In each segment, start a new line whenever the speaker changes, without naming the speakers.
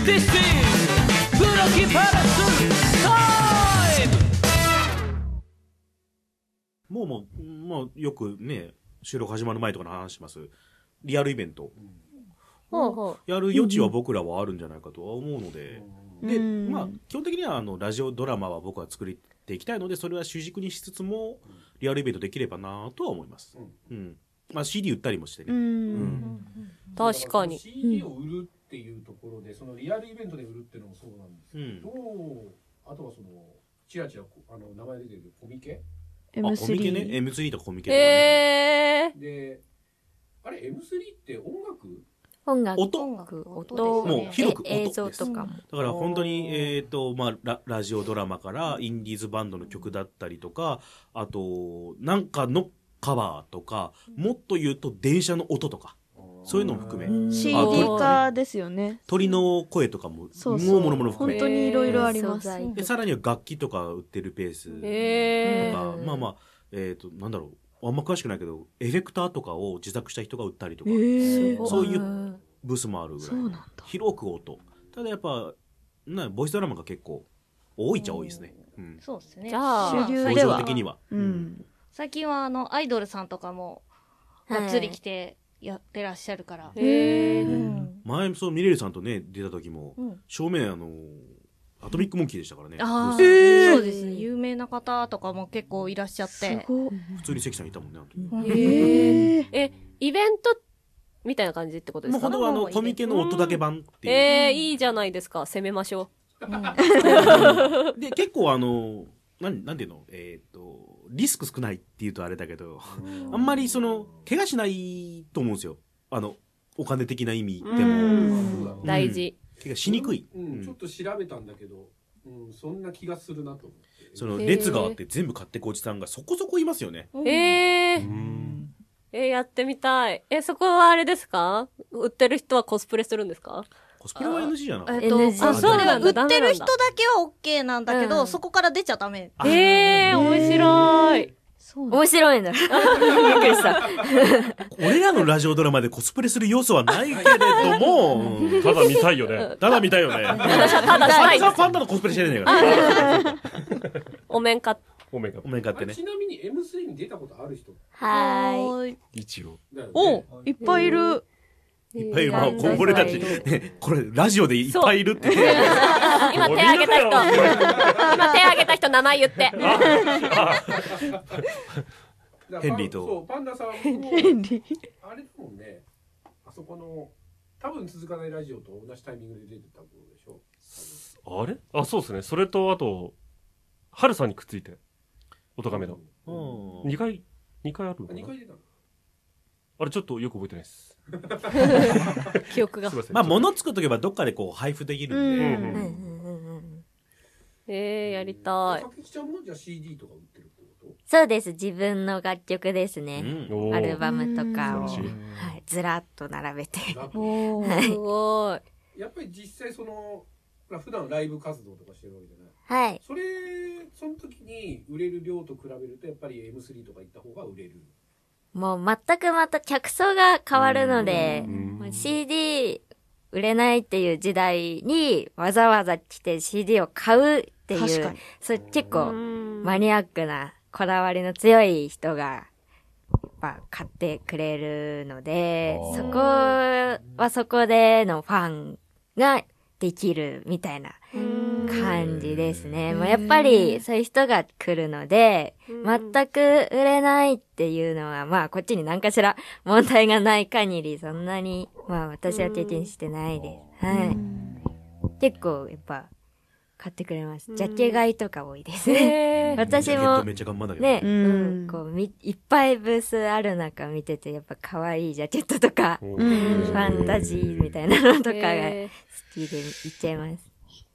This is 黒木パラスタイム。もうよくね収録始まる前とかの話しますリアルイベント、やる余地は僕らはあるんじゃないかとは思うので、でまあ基本的にはラジオドラマは僕は作っていきたいので、それは主軸にしつつもリアルイベントできればなとは思います。まあ CD 売ったりもしてね。
確かに
CD を売るっていうところで、そのリアルイベントで売るっていうのもそうなんですけど、あとはそのチラチラ名前出てるコミケ、
コミケね、M3 とかコミケとかね。
で、あれ M3 って
音楽
もう広く音
映像とかも。
だから本当にまあラジオドラマからインディーズバンドの曲だったりとか、あとなんかのカバーとか、もっと言うと電車の音とか、そういうのも含め
CD 化ですよね。
鳥の声とかもものもの含め
本当にいろいろあります。
でさらには楽器とか売ってるペースとか、まあまあなんだろう、あんま詳しくないけどエフェクターとかを自作した人が売ったりとか、そういうブースもあるぐらい広く音。ただやっぱボイスドラマが結構多いっちゃ多いですね。
そうですね。
じゃあ
主流では
的には、
最近はアイドルさんとかもがっつり来てやってらっしゃるから。
前そうミレルさんとね出た時も、正面アトミックモンキーでしたからね。
そうですね。有名な方とかも結構いらっしゃって。
普通に関さんいたもんね。
イベントみたいな感じってことですか？
もう本当コミケの音だけ版っていう。
いいじゃないですか。攻めましょう。
で結構なんていうの、リスク少ないっていうとあれだけど、あんまり怪我しないと思うんですよ。お金的な意味でも
大事。
怪我しにくい。
ちょっと調べたんだけど、そんな気がするなと思って。
列があって全部買ってくおじさんがそこそこいますよね。
やってみたい。そこはあれですか？売ってる人はコスプレするんしか？
コスプレは NG じゃない？
そうなんだ。売ってる人だけは OK なんだけど、そこから出ちゃダメ。
面白い。
面白いんだ。びっくりした。
俺らのラジオドラマでコスプレする要素はないけれども、
ただ見たいよね。
ただ見たいよね。
ただしたいです。
パンダのコスプレしてねえから。
お面買って。
お面買ってね。
ちなみに M3 に出たことある人？
一応。
いっぱいいる。
いっぱいいる。俺たち、ね、これラジオでいっぱいいるって。
今手挙げた人名前言って。
ヘンリーと。
そう、パンダさんも、あれだもんね、あそこの、多分続かないラジオと同じタイミングで出てたことでしょ？
あれ？そうですね。それと、あと、ハルさんにくっついて、おとがめの。2回あるのかな？
2回出たの？
あれちょっとよく覚えてないです。
記憶が。
まあ物作っとけばどっかで配布できるん
で。やりたい。
かきちゃんもじゃあ CD とか売ってるってこと？
そうです。自分の楽曲ですね。アルバムとかをずらっと並べて。
すごい。
やっぱり実際普段ライブ活動とかしてるわけじゃない？
はい。
その時に売れる量と比べるとやっぱり M3 とか行った方が売れる。
もう全くまた客層が変わるので、CD 売れないっていう時代にわざわざ来て CD を買うっていう、それ結構マニアックなこだわりの強い人がやっぱ買ってくれるので、そこはそこでのファンができるみたいな感じですね。もうやっぱりそういう人が来るので、全く売れないっていうのはまあこっちに何かしら問題がない限りそんなにまあ私は経験してないです。はい。結構やっぱ買ってくれます。ジャケ買いとか多いですね。私もね、いっぱいブースある中見ててやっぱ可愛いジャケットとかファンタジーみたいなのとかが好きで行っちゃいます。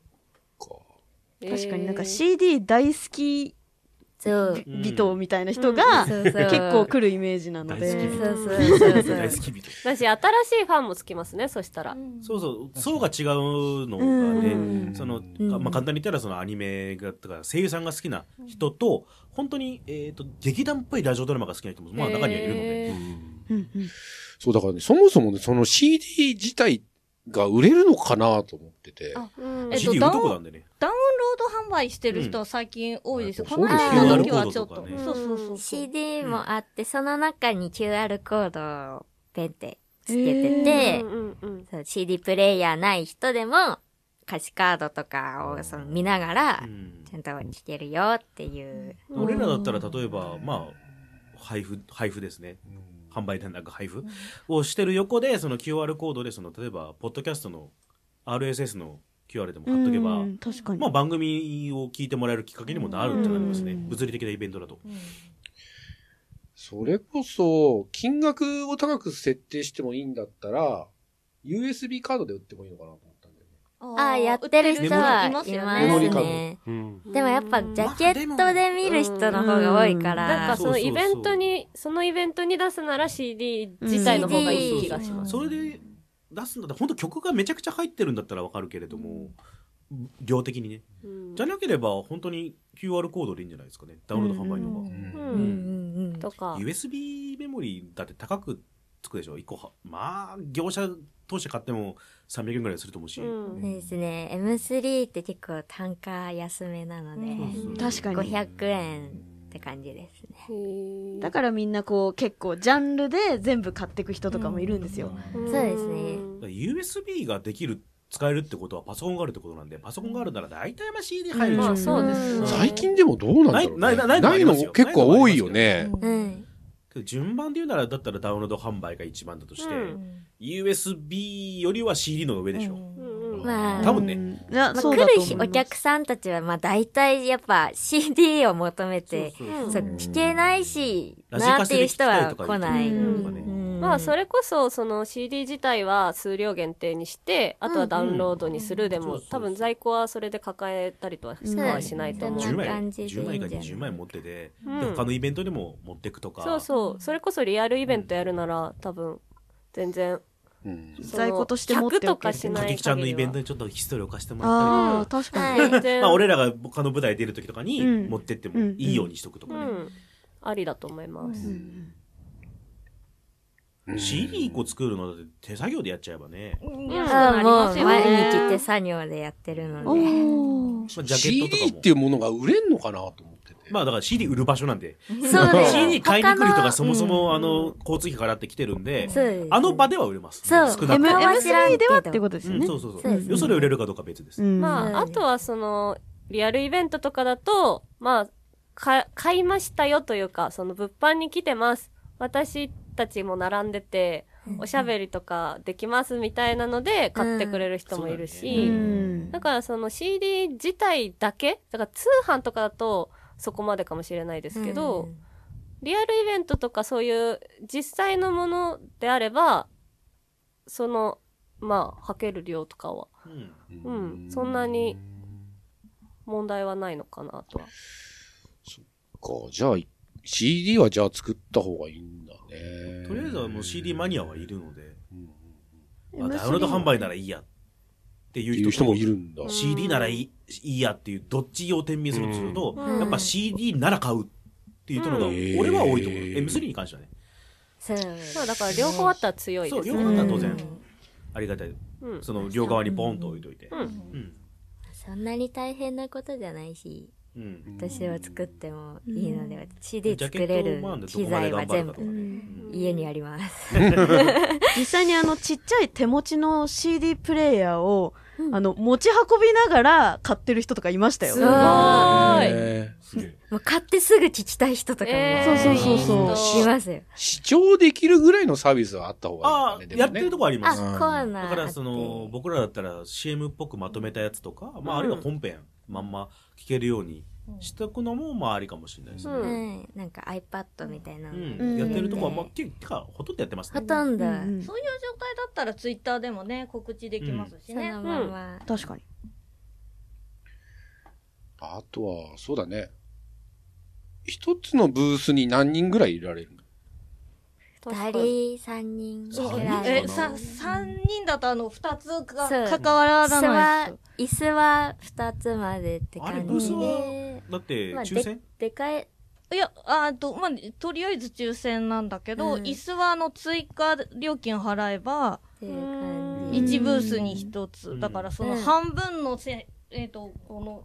確かになんか CD 大好き人みたいな人が結構来るイメージなので。
大好き人。
だし新しいファンもつきますね。そしたら。
層が違うのがね、簡単に言ったらアニメがとか声優さんが好きな人と本当に劇団っぽいラジオドラマが好きな人もまあ中にはいるので。
そうだからね、そもそもねその CD 自体
が売れるのかなと思ってて。
CD 売るとこなんでね。
ダウンロード販売してる人は最近多いですよ。この
間
の時はちょっと。そう。
CD もあって、その中に QR コードをペンってつけてて、そう CD プレイヤーない人でも、歌詞カードとかを見ながら、ちゃんと聴けるよっていう。
俺らだったら例えば、まあ、配布ですね。販売店なんか配布をしてる横で、その QR コードで、例えば、ポッドキャストの RSS の QR でも貼っとけば、
確かに。
まあ番組を聞いてもらえるきっかけにもなるってなりますね。物理的なイベントだと。
それこそ、金額を高く設定してもいいんだったら、USB カードで売ってもいいのかなと思ったんだよね。
やってる人はいますね。でもやっぱジャケットで見る人の方が多いから。
なんかそのイベントに出すなら CD 自体の方がいい気がします。
それで出すんだったら、本当曲がめちゃくちゃ入ってるんだったらわかるけれども、量的にね。じゃなければ本当に QR コードでいいんじゃないですかね。ダウンロード販売の方が。
とか。
USB メモリーだって高くつくでしょ。1個まあ、業者通して買っても300円ぐらいすると思うし。
そうですね。M3 って結構単価安めなので、
確かに。
500円って感じですね。
だからみんなこう結構ジャンルで全部買っていく人とかもいるんですよ。
そうですね。
USB ができる、使えるってことはパソコンがあるってことなんで、パソコンがあるなら大体CD 入るでしょ。
そうです。
最近でもどうなんだろうね。ないの結構多いよね。
順番で言うならだったらダウンロード販売が一番だとして、USB よりは CD の上でしょ。
まあ、
多分ね。
来るお客さんたちはまあ大体やっぱ CD を求めて、聞けないしなっていう人は来ない。
まあそれこそその CD 自体は数量限定にして、あとはダウンロードにするでも、多分在庫はそれで抱えたりとはしないと思う。
10枚か20枚持ってて、他のイベントでも持ってくとか。
そうそう。それこそリアルイベントやるなら多分全然、
在庫として持っておける。
100とかしない限りは。かき
ちゃんのイベントにちょっとヒストリーを貸してもらったりとか。
確かに。
まあ俺らが他の舞台出る時とかに持ってってもいいようにしとくとかね。
ありだと思います。
CD 1個作るのだって手作業でやっちゃえばね。
もう毎日手作業でやってるので。
CD っていうものが売れんのかなと思ってて。
まあだから CD 売る場所なんで。
そうです。
CD 買いに来る人がそもそも交通費払ってきてるんで、あの場では売れます。
そう。
少なくとも。
M3 ではってことですよね。
そう。よそで売れるかどうか別です。
まあ、あとはその、リアルイベントとかだと、まあ、買いましたよというか、その物販に来てます。私たちも並んでて、おしゃべりとかできますみたいなので買ってくれる人もいるし、だからその CD 自体だけ、だから通販とかだとそこまでかもしれないですけど、リアルイベントとかそういう実際のものであれば、その、まあ、はける量とかは、そんなに問題はないのかなとは。
そっか、じゃあ、CD はじゃあ作った方がいいんだね。
とりあえずはもう CD マニアはいるので、ダウンロード販売ならいいやっていう人も
いるんだ。
CD ならいいやっていうどっちを天秤するとすると、やっぱ CD なら買うっていう人のが俺は多いと思う。M3 に関してはね。
まあだから両方あったら強いですね。
そう、両方あったら当然ありがたい。その両側にポンと置いといて。
そんなに大変なことじゃないし。私は作ってもいいので、CD 作れる機材は全部家にあります。
実際にちっちゃい手持ちの CD プレイヤーを持ち運びながら買ってる人とかいましたよ。
すごーい。もう買ってすぐ聞きたい人とかも。そう。いますよ。
視聴できるぐらいのサービスはあった方がいいね。
やってるとこあります。
コーナー。
だから僕らだったら CM っぽくまとめたやつとか、まああるいは本編まんま聞けるようにしておくのもまあありかもしれないですね。
なんか iPad みたいな
のやってるとこはまあてかほとんどやってますね。
ほとんど。そういう状
態だったら Twitter でもね告知できますしね。
そのまま。
確かに。
あとはそうだね。一つのブースに何人ぐらいいられるの
2人、3人ぐらい。
3人だと2つが関わらない
椅子は2つまでって感じで。
だって抽選
でかい。
いや、まあ、とりあえず抽選なんだけど、椅子は追加料金払えば、
っていう感
1ブースに1つ。だからその半分のこの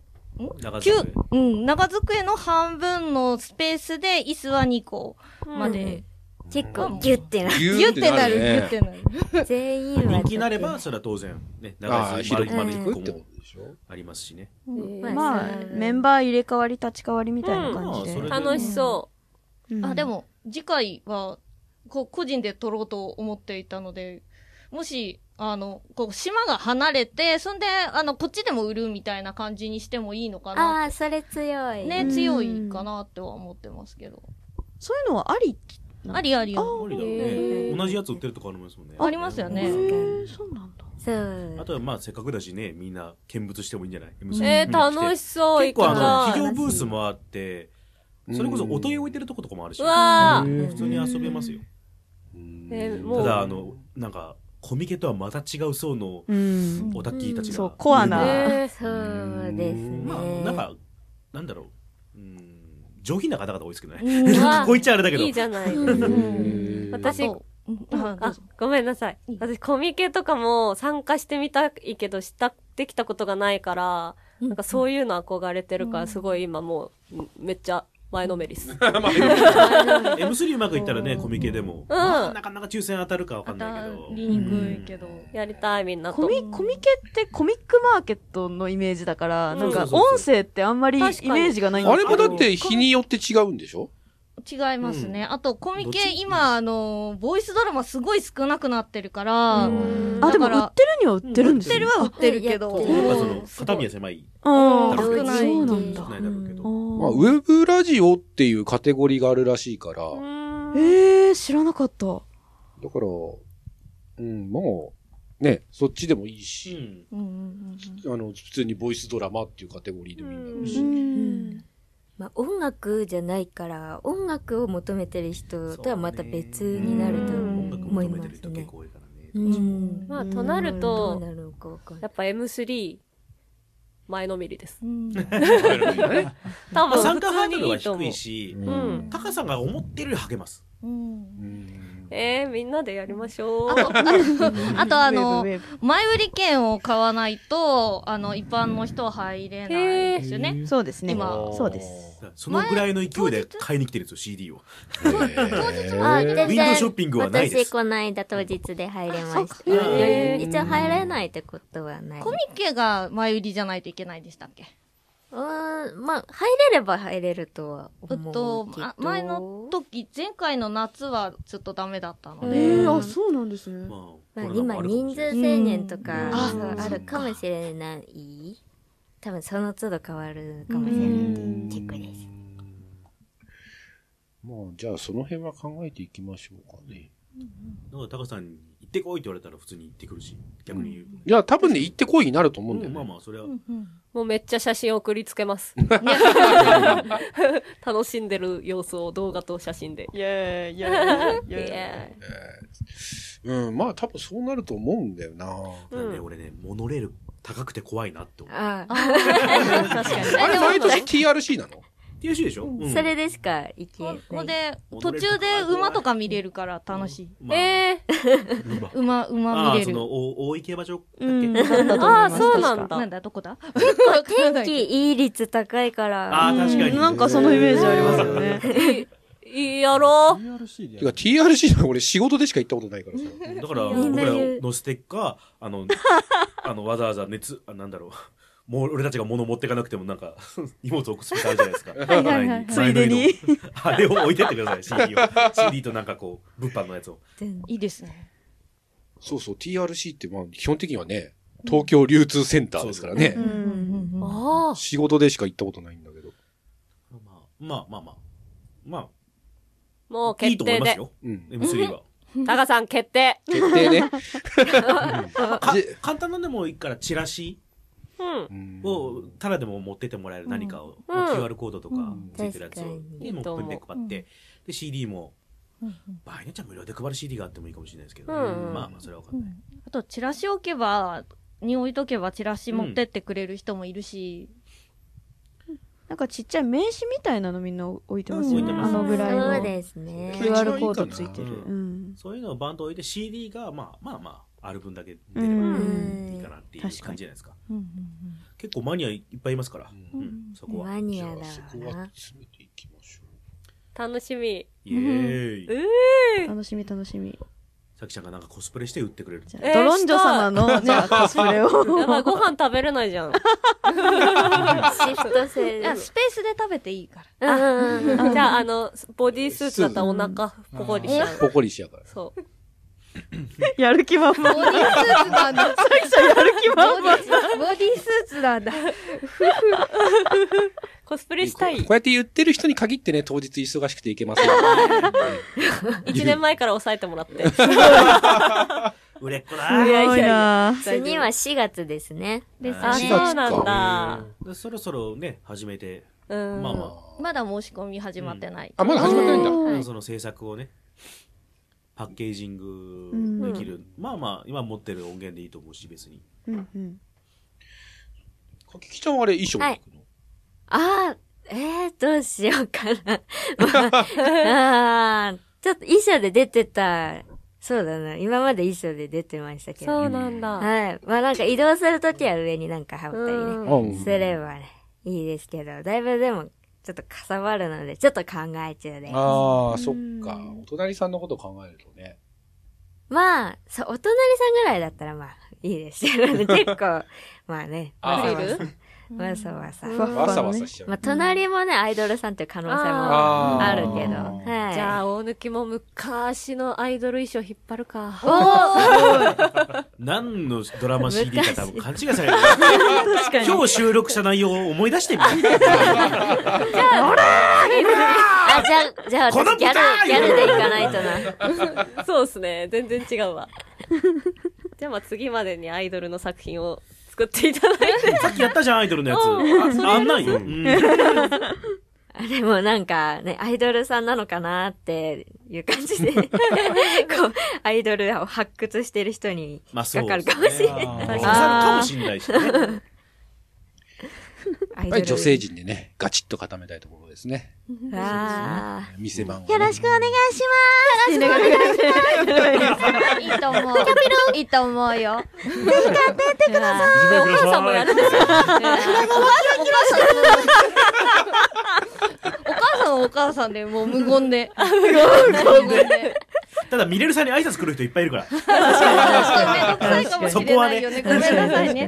長机の半分のスペースで椅子は2個まで。
結構ギュッてなる。
ギュッてなる、ギュッてなる。
全員
は。人気になれば、それは当然、ね、
長い広くまで行くってことでしょ。
ありますしね。
まあ、メンバー入れ替わり立ち替わりみたいな感じで。
楽しそう。
あ、でも、次回は、個人で撮ろうと思っていたので、もし、島が離れて、そんで、こっちでも売るみたいな感じにしてもいいのかな。
ああ、それ強い。
ね、強いかなっては思ってますけど。
そういうのはあり
ありあり。
同じやつ売ってるとこありますもんね。
ありますよね。
そうなんだ。
そう。
あとはまあせっかくだしね、みんな見物してもいいんじゃない？
楽しそう。
結構企業ブースもあって、それこそ音絵置いてるとことかもあるし、普通に遊べますよ。ただなんかコミケとはまた違う層のオタッキーたちが、
そうコアな、
そうですね。
まあなんかなんだろう。上品な方々多いですけどね。こう言っちゃあれだけど。
いいじゃない。私、ごめんなさい。私コミケとかも参加してみたいけど、できたことがないから、なんかそういうの憧れてるから、すごい今もう、めっちゃ前のめりっす。
M3 うまくいったらね、コミケでも。なかなか抽選当たるかわかんないけど。
当たりにくいけど。
やりたいみんなと。
コミケってコミックマーケットのイメージだから、なんか音声ってあんまりイメージがないんです
けど。あれもだって日によって違うんでしょ？
違いますね。あと、コミケ、今、ボイスドラマすごい少なくなってるから、
でも売ってるには売ってるんですよ。
売ってるけど。
肩身は狭い。
少ない。
そうなんだ。
少ないだろうけど。
まあ、ウェブラジオっていうカテゴリーがあるらしいから。
知らなかった。
だから、もう、ね、そっちでもいいし、普通にボイスドラマっていうカテゴリーでもいいんだろうし。
まあ、音楽じゃないから、音楽を求めてる人とはまた別になると思いますね。
まあ、となると、やっぱ M3、前のめりです。
多分、参加ハードルは低いし、タカさんが思ってるより励ます。
みんなでやりましょう。
あと前売り券を買わないと、一般の人は入れないですよね。
そうですね。今、そうです。
そのぐらいの勢いで買いに来てるんですよ、CD を。
当日
ウィンドウショッピングはないです。
私、この間当日で入れました。一応入れないってことはない。
コミケが前売りじゃないといけないでしたっけ？
まあ、入れれば入れるとは思うけど。
前の時、前回の夏はちょっとダメだったので。
そうなんですね。
まあ、今、人数制限とか、あるかもしれない。多分、その都度変わるかもしれない。チェックです。
まあ、じゃあ、その辺は考えていきましょうかね。
だから、タカさんに行ってこいって言われたら普通に行ってくるし、逆に言う。い
や、多分ね、行ってこいになると思うんだよね。
まあまあ、それは。
もうめっちゃ写真送りつけます。楽しんでる様子を動画と写真で。
まあ多分そうなると思うんだよな。
俺ね、モノレール高くて怖いなって思う。
確かに。
あれ毎年 TRC なの
？TRC でしょ？
それでしか行けない。
ほんで、途中で馬とか見れるから楽しい。馬見れる。
大井競馬場だっけ？
そうなんだ。
なんだ、どこだ？
結構天気いい率高いから。
確かに。
なんかそのイメージありますよね。
やろう。
てか TRC は俺仕事でしか行ったことないからさ。
だから僕らのステッカー、わざわざなんだろう。もう俺たちが物持ってかなくてもなんか荷物置くスペースあるじゃないですか。
ついでに。
あれを置いてってください、CD を。CD となんかこう、物販のやつを。
いいですね。
そうそう、TRC ってまあ基本的にはね、東京流通センターですからね。仕事でしか行ったことないんだけど。
まあ。
もう決定で。いいと思います
よ。M3 は。
タカさん決定。
決定ね。
簡単なんでもいいからチラシをただでも持ってってもらえる何かを、QR コードとかついてるやつをもうプンで配って、で CD も場合によっちゃ無料で配る CD があってもいいかもしれないですけど、まあそれは分かんない。
あとチラシ置いとけばチラシ持ってってくれる人もいるし。
なんかちっちゃい名刺みたいなのみんな置いてますよね。
置いてます
あのぐらいの。
そうですね。
QR コードついてる。
そういうのをバンと置いて CD がまあある分だけ出ればいいかなっていう感じじゃないですか。結構マニアいっぱいいますから、そこは。
マニアだな。
そこは詰めていきましょう。
楽しみ。
イエーイ。
楽しみ楽しみ。
さきちゃんがなんかコスプレして売ってくれる。
ドロンジョ様の、じゃあコスプレを。
やばい、ご飯食べれないじゃん。
シフト制
いや、スペースで食べていいから。
じゃあ、ボディースーツだったらお腹ポコリしちゃう。
ポコリしやから。
そう。
やる気満々。
ボディースーツなんだ。
さきちゃんやる気満々。
ボディースーツなんだ。
コスプレしたい。
こうやって言ってる人に限ってね、当日忙しくていけません。
1年前から抑えてもらって。
売れっ子だ。
いやいや。
次は4月ですね。
です
あ、
ね。
そうなんだ。
そろそろね、始めて。
まあ
ま
あ。まだ申し込み始まってない。
あ、まだ始まってないんだ。
その制作をね、パッケージングできる。まあ、今持ってる音源でいいと思うし、別に。
かききちゃんはあれ衣装で行くの？
どうしようかな。ちょっと衣装で出てた。そうだな。今まで衣装で出てましたけど。
そうなんだ。
はい。まあなんか移動するときは上になんか羽織ったりね。すればね、いいですけど、だいぶでも、ちょっとかさばるので、ちょっと考え中で。
ああ、そっか。お隣さんのこと考えるとね。
まあ、そう、お隣さんぐらいだったらまあ、いいですけどね。結構、まあね。わさわさ。
わさわさしちゃう。
まあ、隣もね、アイドルさんっていう可能性もあるけど。はい。
じゃあ、大抜きも昔のアイドル衣装引っ張るか。
何のドラマ CD か多分勘違いされる。今日収録した内容を思い出してみる。
じゃあ、私ギャルでいかないと
な。そうですね。全然違うわ。じゃあ、まあ次までにアイドルの作品を作っていただいて。
さっきやったじゃん、アイドルのやつ。あんなんよ。
でもなんかね、アイドルさんなのかなっていう感じで、こう、アイドルを発掘してる人にかかるかもしれない。
かもしれないしね。
やっぱり女性陣でね、ガチッと固めたいところですね。店番を。
よろしくお願いします。よろしくお願いします。いいと思う。いいと思うよ。ぜひ買ってってください。
お母さんもやるんですよ。
お母さんでもう無言で。
ただ、ミレルさんに挨拶来る人いっぱいいるから。
そこはね。ごめんなさいね。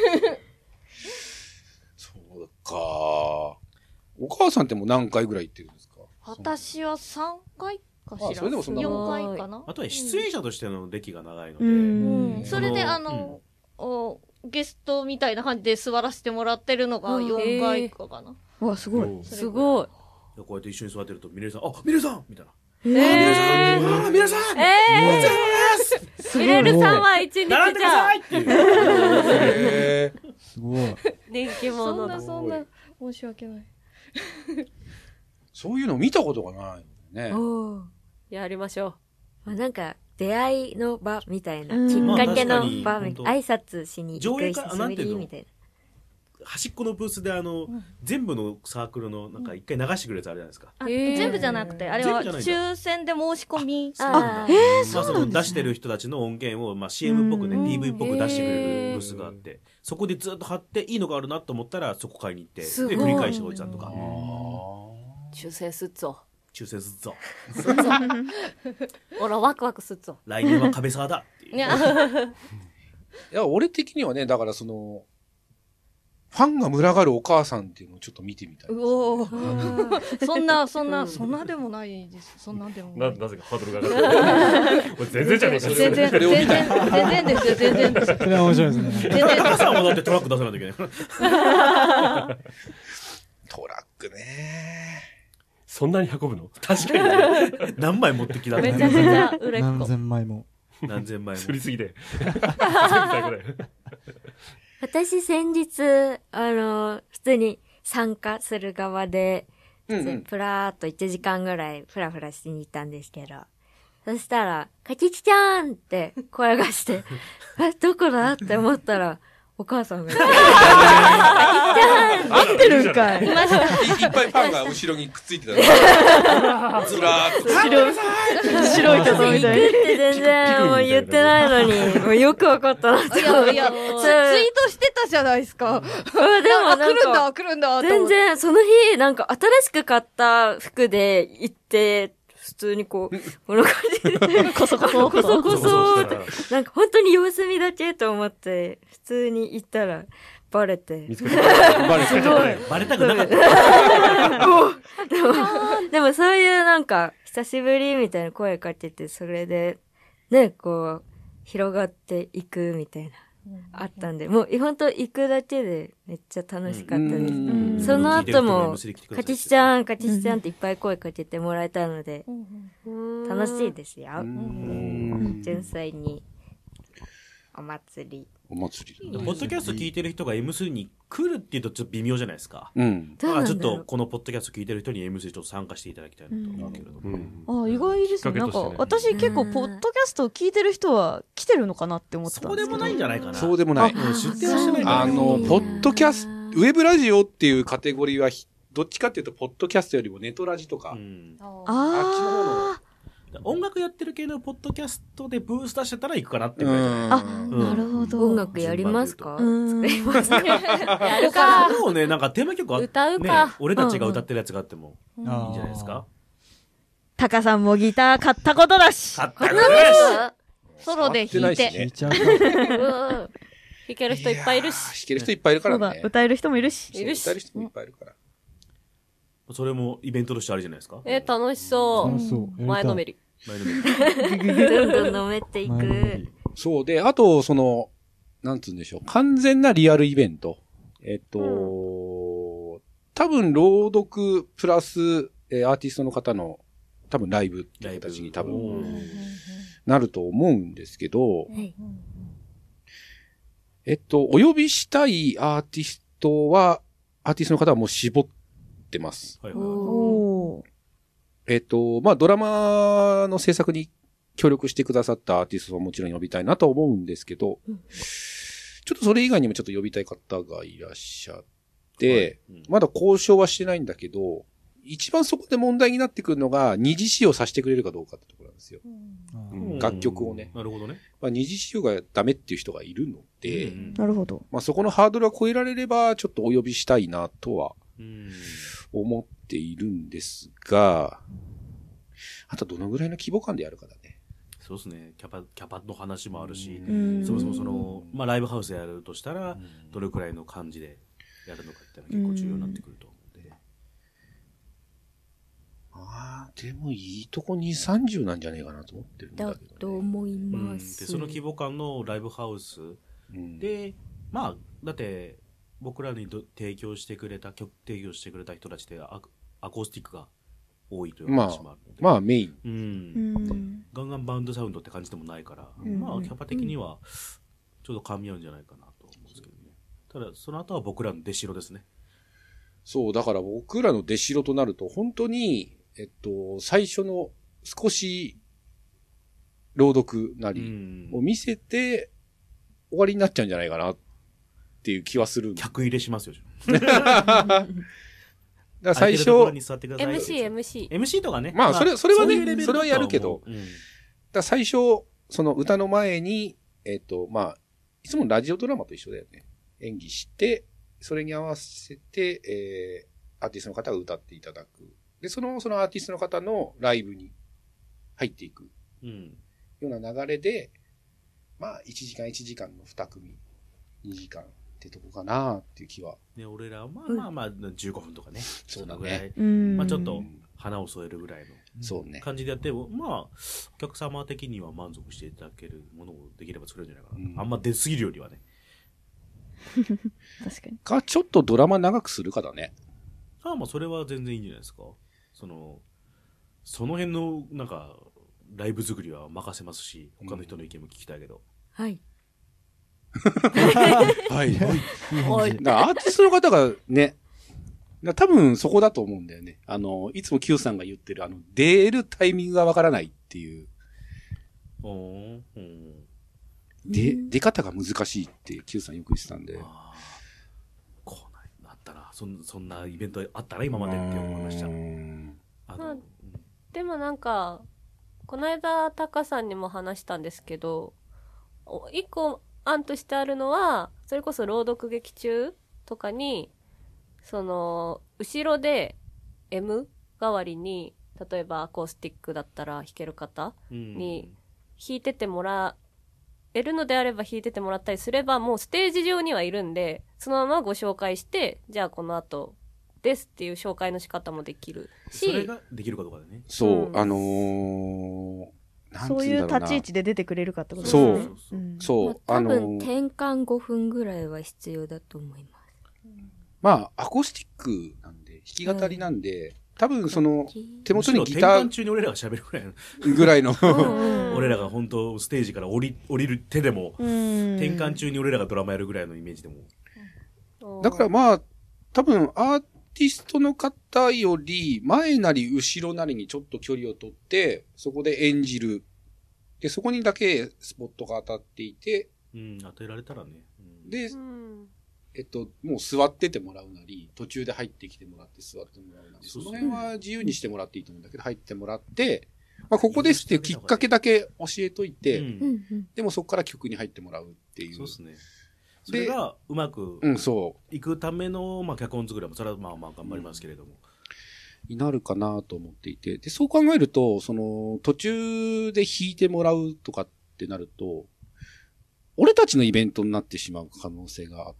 そうか。お母さんってもう何回ぐらい行ってるんですか？
私は3回かしら。
それでもそんな
4回かな。
あとは出演者としての歴が長いので。
それでゲストみたいな感じで座らせてもらってるのが4回かかな。
わ、すごい。
すごい。
こうやって一緒に座ってると、ミレルさん、あ、ミレルさんみたいな。
ミレルさんミレルさんは一日じゃ。
並んでくださいっていう。
すごい。
人気者だ。
そんな、申し訳ない。
そういうの見たことがないね。
やりましょ
う。なんか、出会いの場みたいな、きっかけの場、挨拶しに行く久しぶりみたいな。
端っこのブースで全部のサークルのなんか一回流してくるやつあるじゃないですか。
全部じゃなくて、あれは抽選で申し込み。
そう出してる人たちの音源をCM っぽくね、PV っぽく出してくれるブースがあって、そこでずっと貼っていいのがあるなと思ったらそこ買いに行って、で繰り返しておじさんとか。
抽選すっぞ。
抽選すっぞ。
ほら、ワクワクすっぞ。
来年は壁沢だっていう。い
や、俺的にはね、だからファンが群がるお母さんっていうのをちょっと見てみたい。
そんなでもないです。そんなでもない。
なぜかハードルが上がって。全然じゃねえか。
全然ですよ、全然です。
それは面白いですね。
お母さんはだってトラック出さないといけない。
トラックね。
そんなに運ぶの？
確かに。何枚持ってきたの？
めちゃくちゃ売れっ子。
何千枚も。
何千枚も。
釣りすぎで。
私先日、普通に参加する側で、プラーっと1時間ぐらいフラフラしに行ったんですけど、そしたら、かきちちゃんって声がして、どこだって思ったら、 お母さんが。
合ってるんかい。
いっぱいパンが後ろにくっついてた。ずらーっと。
白い巨像みたい
行くって全然もう言ってないのに、もうよくわかったなって思う。
ツイートしてたじゃないですか。でも来るんだ。
全然、その日、なんか新しく買った服で行って、普通にこう、この感じで、こそこそって、なんか本当に様子見だけと思って、普通に行ったら、バレて。
見つけた。
バレたくなかった。
でもそういうなんか、久しぶりみたいな声かけて、それで、ね、こう、広がっていくみたいな。あったんで、もう本当行くだけでめっちゃ楽しかったです。その後も、かちしちゃんっていっぱい声かけてもらえたので、楽しいですよ。純粋に。お祭り。
ポ
ッドキャスト聞いてる人が M3 に来るって言うとちょっと微妙じゃないですか。
うん。
だからちょっとこのポッドキャスト聞いてる人に M3 ちょっと参加していただきたいなと思うけれども。
あ、意外ですね。なんか私結構ポッドキャストを聞いてる人は来てるのかなって思ってたんですけど。
そうでもないんじゃないかな。
そうでもない。
出店はしてないんだけど。
ポッドキャスト、ウェブラジオっていうカテゴリーはどっちかっていうとポッドキャストよりもネトラジとか。あっちの方の。
音楽やってる系のポッドキャストでブース出してたら行くかなってぐらいじゃない。
なるほど。
音楽やりますか？作ります
やるか。
もうね、なんかテーマ曲
歌うか。
俺たちが歌ってるやつがあってもいいんじゃないですか。
タカさんもギター買ったことだし。
買ったことだ
し。ソロで弾いて。
弾いちゃう
弾ける人いっぱいいるし。
弾ける人いっぱいいるからね。
歌える人もいるし。
歌える人もいっぱいいるから。
それもイベントとしてあるじゃないですか。
楽しそう。前のめり。
どんどん飲めていく。
そうで、あと、なんつうんでしょう。完全なリアルイベント。多分、朗読プラス、アーティストの方の、多分ライブっていう形に多分、なると思うんですけど、お呼びしたいアーティストの方はもう絞ってます。まあ、ドラマの制作に協力してくださったアーティストはもちろん呼びたいなとは思うんですけど、ちょっとそれ以外にもちょっと呼びたい方がいらっしゃって、まだ交渉はしてないんだけど、一番そこで問題になってくるのが、二次使用させてくれるかどうかってところなんですよ。楽曲をね。
なるほどね。
まあ、二次使用がダメっていう人がいるので、
なるほど。
まあ、そこのハードルが超えられれば、ちょっとお呼びしたいなとは、思っているんですが、あとどのぐらいの規模感でやるかだね。
そうですね。キャパの話もあるし、そもそもまあライブハウスでやるとしたら、どれくらいの感じでやるのかっていうのは結構重要になってくると思うんで。
でもいいとこ2、30なんじゃねえかなと思ってるんだけど、ね。
だと思います。
で、その規模感のライブハウスで、まあ、だって、僕らに提供してくれた人たちでアコースティックが多いという話もあるので。
まあメイン。
ガンガンバウンドサウンドって感じでもないから、まあキャパ的にはちょうど噛み合うんじゃないかなと思うんですけどね。ただ、その後は僕らの出城ですね。
そう、だから僕らの出城となると、本当に、最初の少し朗読なりを見せて終わりになっちゃうんじゃないかなっていう気はする。
客入れしますよ。
だから最初、
MC
とかね。
まあ、それはね、それはやるけど、だから最初、その歌の前に、まあ、いつもラジオドラマと一緒だよね。演技して、それに合わせて、アーティストの方が歌っていただく。で、そのアーティストの方のライブに入っていく。ような流れで、まあ、1時間1時間の2組、2時間ってとこかなっていう気は。
ね、俺らはまあ、15分とかね。
そうだね。
まあ、ちょっと、花を添えるぐらい
の
感じでやっても、まあ、お客様的には満足していただけるものをできれば作れるんじゃないかな。あんま出過ぎるよりはね。
確かに。
ちょっとドラマ長くするかだね。
まあ、それは全然いいんじゃないですか。その辺の、なんか、ライブ作りは任せますし、他の人の意見も聞きたいけど。
はい。
はい。だからアーティストの方がね、多分そこだと思うんだよね。いつも Q さんが言ってる、出るタイミングがわからないっていう。 出方が難しいって Q さんよく言ってたんで。
こうなったな。そんなイベントあったな、今までって思いました。
でもなんか、この間、タカさんにも話したんですけど、一個案としてあるのは、それこそ朗読劇中とかに、後ろで M 代わりに、例えばアコースティックだったら弾ける方に弾いててもらえるのであれば弾いててもらったりすれば、もうステージ上にはいるんで、そのままご紹介して、じゃあこの後ですっていう紹介の仕方もできるし。
それができるかどうかだね。
そう、
そういう立ち位置で出てくれるかってこと
ですね。そう。
多分転換5分ぐらいは必要だと思います。
まあ、アコースティックなんで、弾き語りなんで、多分手元にギター。
転換中に俺らが喋る
ぐらいの。
俺らが本当ステージから降りる手でも、転換中に俺らがドラマやるぐらいのイメージでも。
だからまあ、多分アーティストの方より前なり後ろなりにちょっと距離を取って、そこで演じる。で、そこにだけスポットが当たっていて。
当てられたらね。
で、もう座っててもらうなり、途中で入ってきてもらって座ってもらうなり、その辺は自由にしてもらっていいと思うんだけど、入ってもらって、まあ、ここですっていうきっかけだけ教えといて、でもそこから曲に入ってもらうっていう。
そうですね。それがうまくいくための、まあ、脚本作りも、それはまあまあ頑張りますけれども。
になるかなと思っていて、で、そう考えると、途中で弾いてもらうとかってなると、俺たちのイベントになってしまう可能性があって、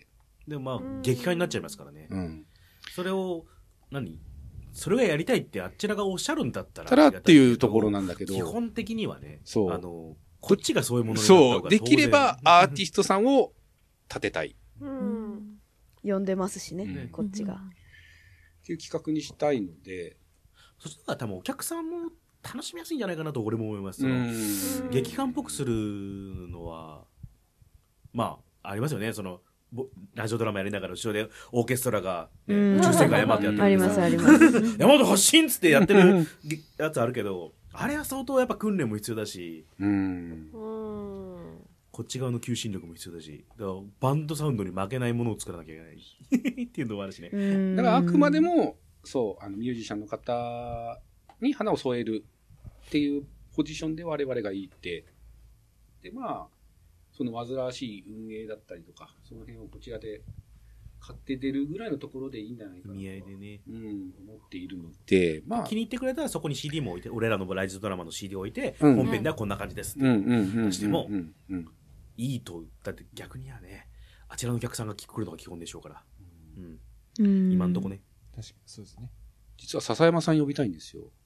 でもまあ、激化になっちゃいますからね。それを、それがやりたいってあちらがおっしゃるんだったら。
っていうところなんだけど。
基本的にはね、
そう。
こっちがそういうものになった方が
そう。できればアーティストさんを立てたい。
呼んでますしね、こっちが。
っていう企画にしたいので。
そしたら多分お客さんも楽しみやすいんじゃないかなと俺も思います。劇感っぽくするのは、まあ、ありますよね。ラジオドラマやりながら後ろでオーケストラが、宇宙戦艦ヤマトやってる。
ありますあります。
ヤマト発進っつってやってるやつあるけど、あれは相当やっぱ訓練も必要だし、こっち側の求心力も必要だし、だからバンドサウンドに負けないものを作らなきゃいけないっていうのもあるしね。
だからあくまでも、そう、ミュージシャンの方に花を添えるっていうポジションで我々がいて、で、まあ、煩わしい運営だったりとか、その辺をこちらで買って出るぐらいのところでいいんじゃないかなと。
意味合いでね。
思っているので、
まあ。気に入ってくれたらそこに CD も置いて、俺らのラジオドラマの CD を置いて、本編ではこんな感じですって出しても、いいと、だって逆にはね、あちらのお客さんが来るのが基本でしょうから。今んとこね。
確かにそうですね。
実は笹山さん呼びたいんですよ。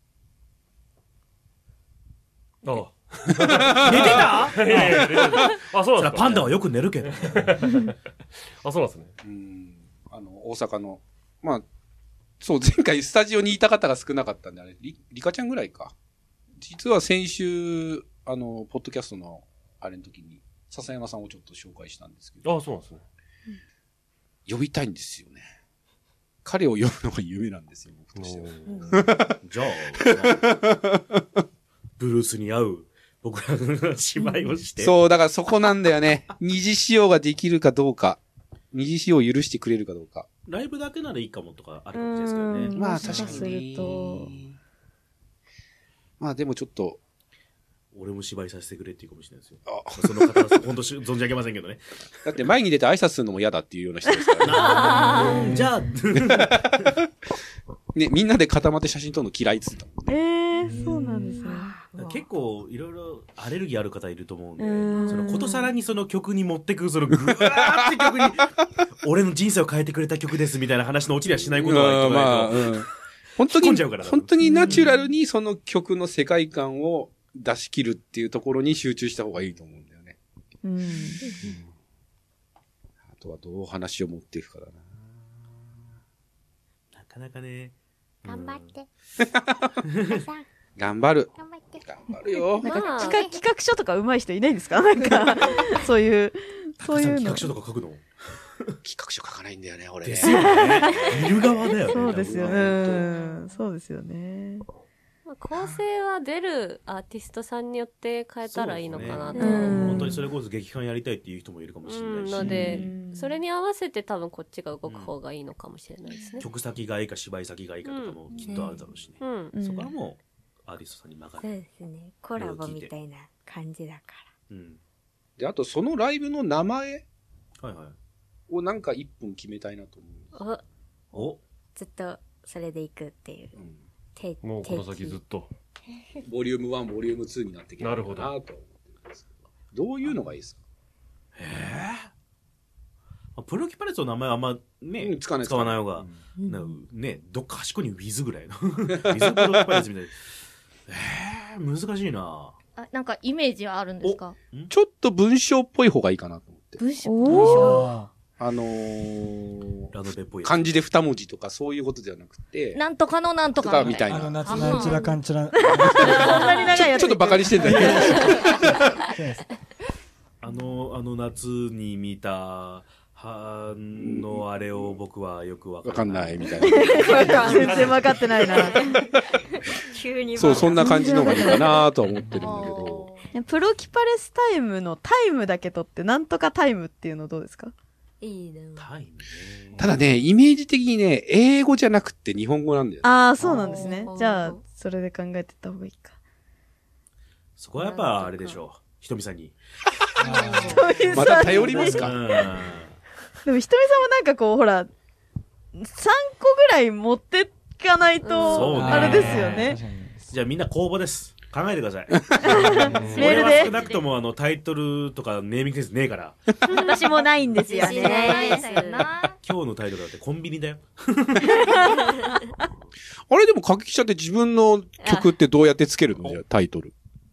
ああ。
寝てた
いやいや、あ、そうなんですか。
パンダはよく寝るけど。
あ、そうなんですね。
大阪の、まあ、そう、前回スタジオにいた方が少なかったんで、あれ、リカちゃんぐらいか。実は先週、ポッドキャストのあれの時に、笹山さんをちょっと紹介したんですけど。
あ、そうなんですね。
呼びたいんですよね。彼を呼ぶのが夢なんですよ、僕として
は。じゃあ、ブルースに合う僕らの芝居をして。
そう、だからそこなんだよね。二次使用ができるかどうか。二次使用を許してくれるかどうか。
ライブだけならいいかもとかあるかもしれないですけどね。
まあ確かに。まあでもちょっと。
俺も芝居させてくれっていうかもしれないですよ。その方は本当存じ上げませんけどね。
だって前に出て挨拶するのも嫌だっていうような人ですから
ね。じゃあ。
ね、みんなで固まって写真撮るの嫌いっつったもん
ね。そうなんですね。
結構いろいろアレルギーある方いると思うんで、ことさらにその曲に持ってく、そのグワーって曲に、俺の人生を変えてくれた曲ですみたいな話のオチにはしないことがいいとないと。
本当にナチュラルにその曲の世界観を出し切るっていうところに集中した方がいいと思うんだよね。あとはどう話を持っていくかだな。
なかなかね。
頑張って。
頑張る。
頑張って。
頑張るよ。
なんか企画書とか上手い人いないんですか？なんか、そういうの。
企画書とか書くの？
企画書書かないんだよね、俺ね。
ですよね。見る側だよね。
そうですよね。そうですよね。
構成は出るアーティストさんによって変えたらいいのかなと。
本当にそれこそ劇団やりたいっていう人もいるかもしれないし。
ので、それに合わせて多分こっちが動く方がいいのかもしれないですね。
曲先がいいか芝居先がいいかとかもきっとあるだろうしね。そこはもうアーティストさんに任せて。
そうですね。コラボみたいな感じだから。
で、あとそのライブの名前
はいはい。
をなんか一本決めたいなと思う。
お
ずっとそれでいくっていう。
もうこの先ずっと。
ボリューム1、ボリューム2になっていけばいいかなと思ってるんですけど。どういうのがいいですか？
プロキパレスの名前はあんまね、使わない方が、ね、どっか端っこにウィズぐらいの。ウィズプロキパレスみたいな。難しいな。
なんかイメージはあるんですか？
ちょっと文章っぽい方がいいかなと思って。
文章
ラノベっぽい
漢字で2文字とかそういうことではなくて。
なんとかのなんとか
みたいな。
夏なんちゃらかんちゃら。
ちょっとバカにしてんだけ
ど。あの夏に見た、あれを僕はよくわかんない
みたいな。
全然わかってないな。
急に。
そう、そんな感じのがいいかなとは思ってるんだけど。
プロキパレスタイムのタイムだけ取って、なんとかタイムっていうのどうですか？
いいね。
タイムね。
ただね、イメージ的にね、英語じゃなくて日本語なんだよ。
ああ、そうなんですね。じゃあ、それで考えてった方がいいか。
そこはやっぱあれでしょう。ひとみさんに。
また頼りますか？
でもひとみさんもなんかこう、ほら、3個ぐらい持ってかないと、あれですよね。
じゃあみんな公募です。考えてください。
メールで。
少なくともタイトルとかネーミングセンスねえから。
私もないんですよね。
今日のタイトルだってコンビニだよ。
あれでも歌劇者って自分の曲ってどうやってつけるの？じゃあタイトル。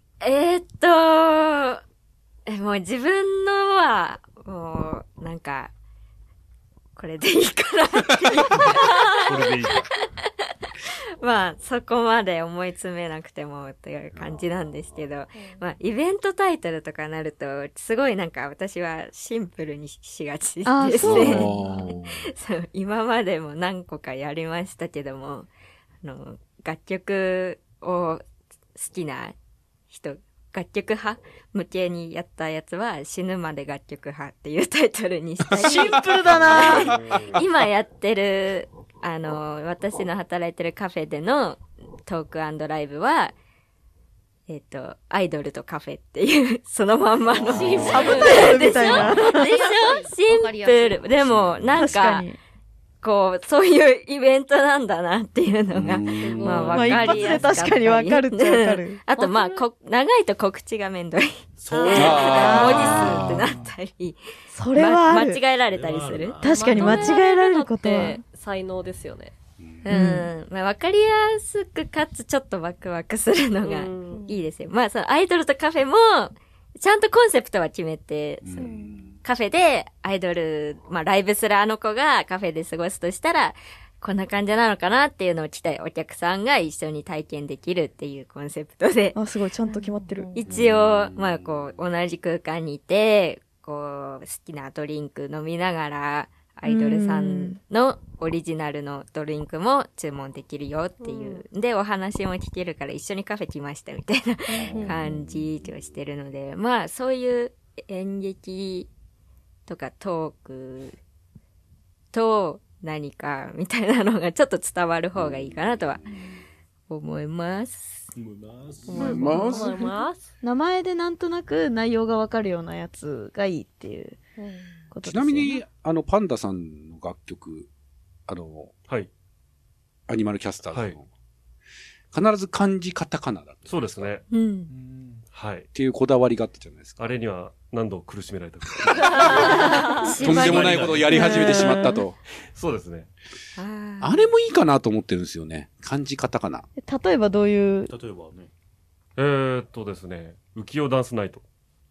もう自分のは、もう、なんか、これでいいかなって。
これでいいか。
まあ、そこまで思い詰めなくてもという感じなんですけど、まあ、イベントタイトルとかなると、すごいなんか私はシンプルにしがちですね。そう、今までも何個かやりましたけども、楽曲を好きな人、楽曲派向けにやったやつは死ぬまで楽曲派っていうタイトルにしたり。
シンプルだな
今やってる、私の働いてるカフェでのトーク&ライブは、アイドルとカフェっていう、そのまんまの。
サブタイトルみたいな。
でしょシンプル。でも、なんか、こう、そういうイベントなんだなっていうのが、まあわかりやすかったり。
一発で確かにわかるっちゃわかる。
あとまあ、長いと告知がめんどい。
そう。
文字数ってなったり。
それはある。
間違えられたりする。
確かに間違えられることは。
才能ですよね。
まあわかりやすくかつちょっとワクワクするのがいいですよ。まあそのアイドルとカフェも、ちゃんとコンセプトは決めて、カフェでアイドル、まあライブするあの子がカフェで過ごすとしたら、こんな感じなのかなっていうのを来たお客さんが一緒に体験できるっていうコンセプトで。
あ、すごい、ちゃんと決まってる。
一応、まあこう、同じ空間にいて、こう、好きなドリンク飲みながら、アイドルさんのオリジナルのドリンクも注文できるよっていう。で、お話も聞けるから一緒にカフェ来ましたみたいな感じをしてるので、まあそういう演劇とかトークと何かみたいなのがちょっと伝わる方がいいかなとは思います。
思います。
名前でなんとなく内容がわかるようなやつがいいっていうことですよね。
ちなみに、パンダさんの楽曲、
はい。
アニマルキャスターズの、必ず漢字カタカナだった。
そうですね。
うん。
はい。
っていうこだわりがあったじゃないですか。
あれには何度苦しめられたか。
とんでもないことをやり始めてしまったと。
そうですね。
あれもいいかなと思ってるんですよね。漢字カタカナ。
例えばどういう。
例えばね。
ですね、浮世ダンスナイト。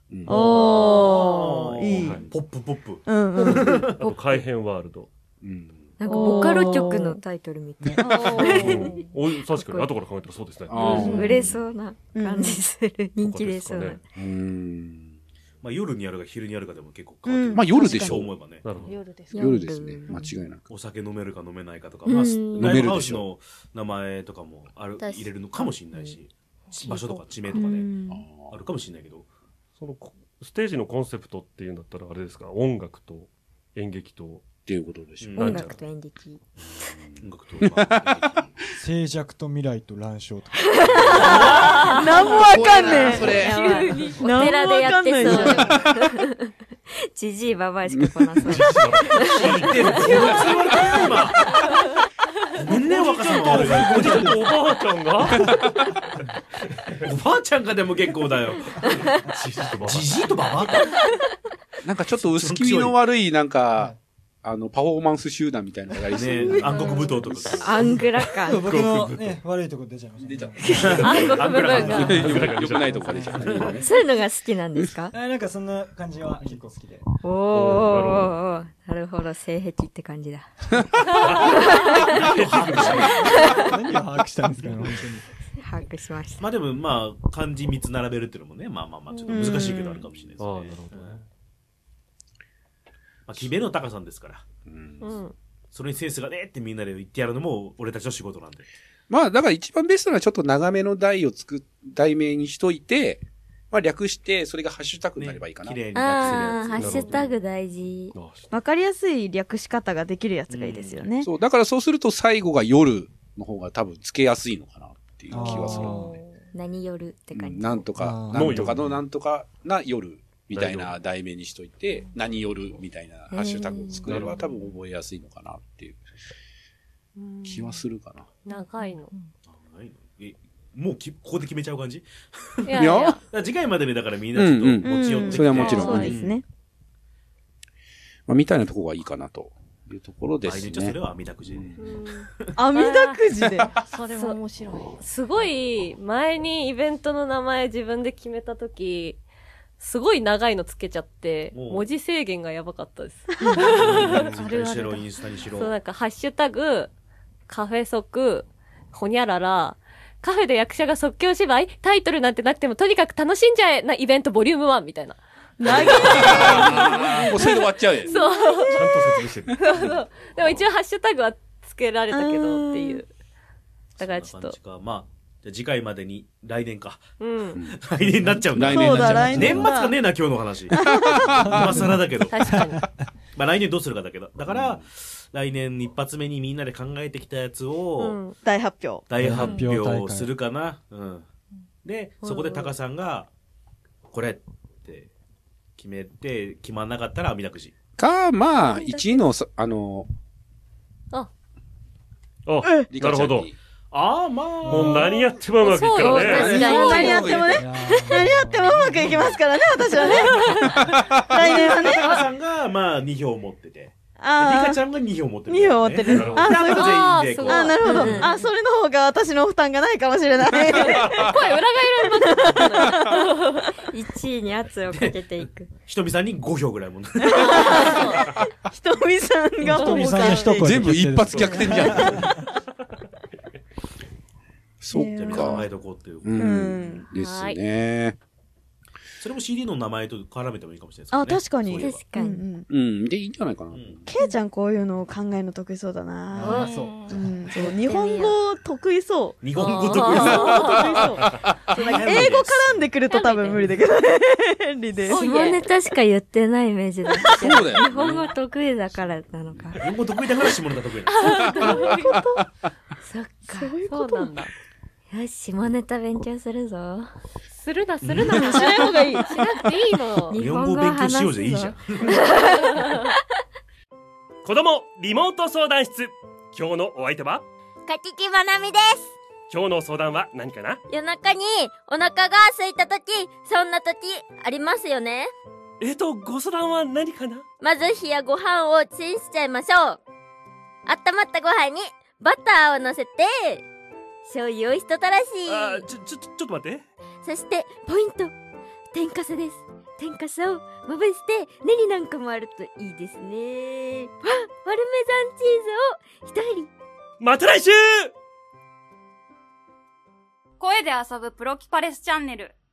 おー、いい。
ポップポップ。
うんうん。
あと、改変ワールド。
なんかボカロ曲のタイトルみたいな。
確かに、後から考えたらそうですね。
売れそうな感じする。人気出そうな。
まあ夜にやるか昼にやるかでも結構変わってくる。
まあ夜でしょう。
思えばね。
夜です。
夜ですね。間違いなく。
お酒飲めるか飲めないかとか、まあ、ライブハウスの名前とかも入れるのかもしれないし、場所とか地名とかね、あるかもしれないけど。
そのステージのコンセプトっていうんだったらあれですか、音楽と演劇と
っていうことでしょう。
音楽と演劇。
音楽と演劇。
静寂と未来と乱唱とか。
なんもわかんねえ。
それ。
お寺でやってそう。じじいばばあしか来なそう。
ごめんね、若さの悪い。
おばあちゃんが
おばあちゃんがでも結構だよ。じじいとばばあ
なんかちょっと薄気味の悪い、なんか、パフォーマンス集団みたいなのがやりそう。
ね、暗黒舞踏とか。
アングラか。
僕のね、悪いとこ出ちゃいました。
出ちゃった。
暗黒部分が。
よくないとこが出ちゃった。
そういうのが好きなんですか？
なんかそんな感じは結構好きで。
おー、なるほど、性癖って感じだ。
何を把握したんですかね、本当に。
把握しました。
まあでもまあ、漢字3つ並べるっていうのもね、まあまあまあ、ちょっと難しいけどあるかもしれないですね。
ああ、なるほどね。
まあ、決めるの高さんですから。それにセンスがねってみんなで言ってやるのも俺たちの仕事なんで。
まあ、だから一番ベストなちょっと長めの題名にしといて、まあ略して、それがハッシュタグになればいいかな。
綺麗に略せるやつ。
ハッシュタグ大事。
わかりやすい略し方ができるやつがいいですよね。
そう、だからそうすると最後が夜の方が多分付けやすいのかなっていう気はするので。
何夜って感じ。
なんとか、なんとかのなんとかな夜。みたいな題名にしといて、何夜みたいなハッシュタグを作れば多分覚えやすいのかなっていう気はするかな。
長いの。
長いの？もうここで決めちゃう感じ？
いや
次回までにだからみんなちょっと持ち寄ってきて。
それはもちろん。
そうですね。
まあ、みたいなところがいいかなというところですね。
それは網だくじで。
網だくじで。
それも面白い。
すごい、前にイベントの名前自分で決めたとき、すごい長いのつけちゃって、文字制限がやばかったです。
インスタにしろ。
そう、なんか、ハッシュタグ、カフェ即、ほにゃらら、カフェで役者が即興芝居、タイトルなんてなくてもとにかく楽しんじゃえなイベントボリューム1みたいな。
長いもうそれで終わっちゃうよ。
そう。ちゃんと説明してる。でも一応ハッシュタグはつけられたけどっていう。だからちょっと。
まあ、じゃ次回までに来年か。
うん。
来年になっちゃうんだ。
来年になっちゃう。
年末かねえな、今日の話。今更だけど。
確かに。
まあ来年どうするかだけど。だから、来年一発目にみんなで考えてきたやつを、
大発表
するかな。で、そこでタカさんが、これって決めて、決まんなかったら網だくじ。
か、まあ、1位の、
なるほど。
ああ、まあ。
もう何やってもうまくいくからね。
何やってもね。何やってもうまくいきますからね、私はね。来年はね。
タカさんが、まあ、2票持ってて。リカちゃんが2票持ってる。
2票持ってる。
あ、そういうことで。
なるほど。あ、それの方が私の負担がないかもしれない。声裏返られ
ます。1位に圧をかけていく。
ひとみさんに5票ぐらいもん。
ひとみさんがほぼ
全部一発逆転じゃん。そっか。
考えとこうっていう。
ですね。
それも CD の名前と絡めてもいいかもしれないですね。
確かに。
確かに。
で、いいんじゃないかな。
ケイちゃんこういうのを考えるの得意そうだな。そう。日本語得意そう。
日本語得意そう。英語
絡んでくると多分無理だけどね。便利で。
下ネタしか言ってないイメージだ。
そうだよ。
日本語得意だからなのか。
日本語得意だから下ネタ得意
なの。どういうことそっか。
そういうことなんだ。
よし、下ネタ勉強するぞ。
するな、しない方がいい。しなくていいの。
日本語勉強しようぜ、いいじゃん。
子供リモート相談室。今日のお相手は
柿木まなみです。
今日の相談は何かな？
夜中にお腹が空いた時、そんな時ありますよね。
ご相談は何かな？
まず火やご飯をチンしちゃいましょう。温まったご飯にバターを乗せて、醤油をひとたらし。
ちょっと待って。
そしてポイント、天かすです。天かすをまぶしてネギなんかもあるといいですね。パルメザンチーズを一振り。
また来週。
声で遊ぶプロキパレスチャンネル。